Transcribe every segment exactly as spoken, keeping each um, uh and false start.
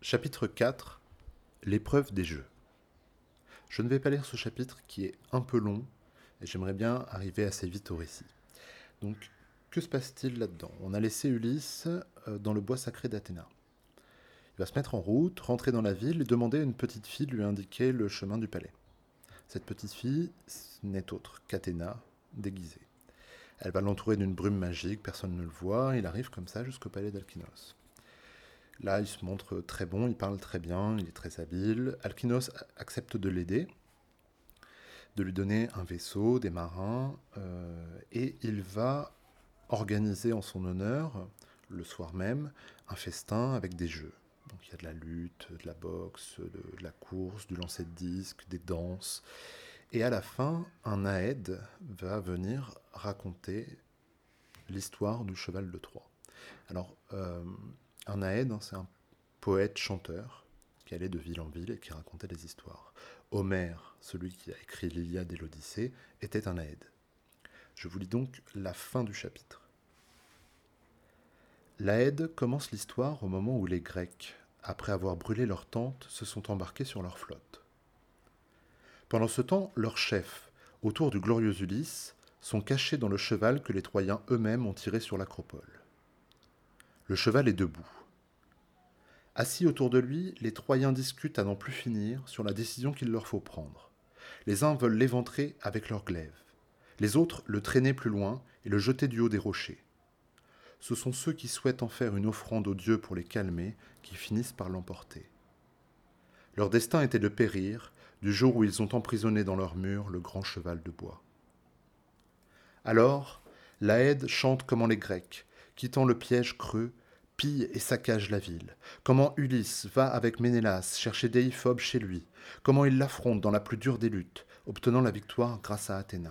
Chapitre quatre. L'épreuve des jeux. Je ne vais pas lire ce chapitre qui est un peu long et j'aimerais bien arriver assez vite au récit. Donc, que se passe-t-il là-dedans? On a laissé Ulysse euh, dans le bois sacré d'Athéna. Il va se mettre en route, rentrer dans la ville et demander à une petite fille de lui indiquer le chemin du palais. Cette petite fille n'est autre qu'Athéna, déguisée. Elle va l'entourer d'une brume magique, personne ne le voit, il arrive comme ça jusqu'au palais d'Alkynos. Là, il se montre très bon, il parle très bien, il est très habile. Alkynos accepte de l'aider, de lui donner un vaisseau, des marins, euh, et il va organiser en son honneur, le soir même, un festin avec des jeux. Donc il y a de la lutte, de la boxe, de, de la course, du lancer de disques, des danses. Et à la fin, un Aède va venir raconter l'histoire du cheval de Troie. Alors, euh, un Aède, hein, c'est un poète-chanteur qui allait de ville en ville et qui racontait des histoires. Homère, celui qui a écrit l'Iliade et l'Odyssée, était un Aède. Je vous lis donc la fin du chapitre. L'Aède commence l'histoire au moment où les Grecs, après avoir brûlé leurs tentes, se sont embarqués sur leur flotte. Pendant ce temps, leurs chefs, autour du glorieux Ulysse, sont cachés dans le cheval que les Troyens eux-mêmes ont tiré sur l'acropole. Le cheval est debout. Assis autour de lui, les Troyens discutent à n'en plus finir sur la décision qu'il leur faut prendre. Les uns veulent l'éventrer avec leurs glaives, les autres le traîner plus loin et le jeter du haut des rochers. Ce sont ceux qui souhaitent en faire une offrande aux dieux pour les calmer qui finissent par l'emporter. Leur destin était de périr du jour où ils ont emprisonné dans leurs murs le grand cheval de bois. Alors, l'Aède chante comment les Grecs, quittant le piège creux, pille et saccage la ville. Comment Ulysse va avec Ménélas chercher Déiphobe chez lui. Comment il l'affronte dans la plus dure des luttes, obtenant la victoire grâce à Athéna.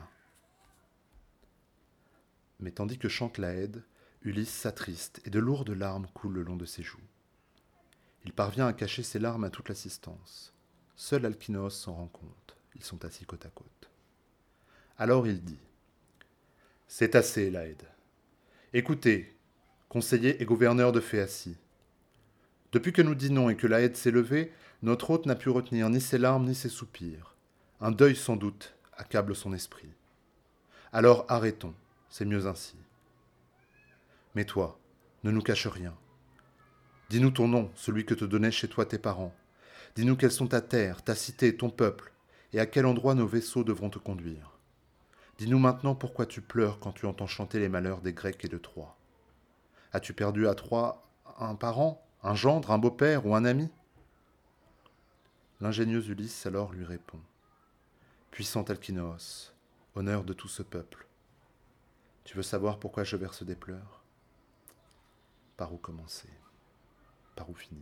Mais tandis que chante l'Aède, Ulysse s'attriste et de lourdes larmes coulent le long de ses joues. Il parvient à cacher ses larmes à toute l'assistance. Seul Alkynos s'en rend compte. Ils sont assis côte à côte. Alors il dit « C'est assez, l'Aède. Écoutez, conseiller et gouverneur de Phéacie. Depuis que nous dînons et que l'Aède s'est levée, notre hôte n'a pu retenir ni ses larmes ni ses soupirs. Un deuil sans doute accable son esprit. Alors arrêtons, c'est mieux ainsi. Mais toi, ne nous cache rien. Dis-nous ton nom, celui que te donnaient chez toi tes parents. Dis-nous quelles sont ta terre, ta cité, ton peuple, et à quel endroit nos vaisseaux devront te conduire. Dis-nous maintenant pourquoi tu pleures quand tu entends chanter les malheurs des Grecs et de Troie. As-tu perdu à Troie un parent, un gendre, un beau-père ou un ami ? L'ingénieux Ulysse alors lui répond. Puissant Alkynos, honneur de tout ce peuple, tu veux savoir pourquoi je verse des pleurs ? Par où commencer ? Par où finir ?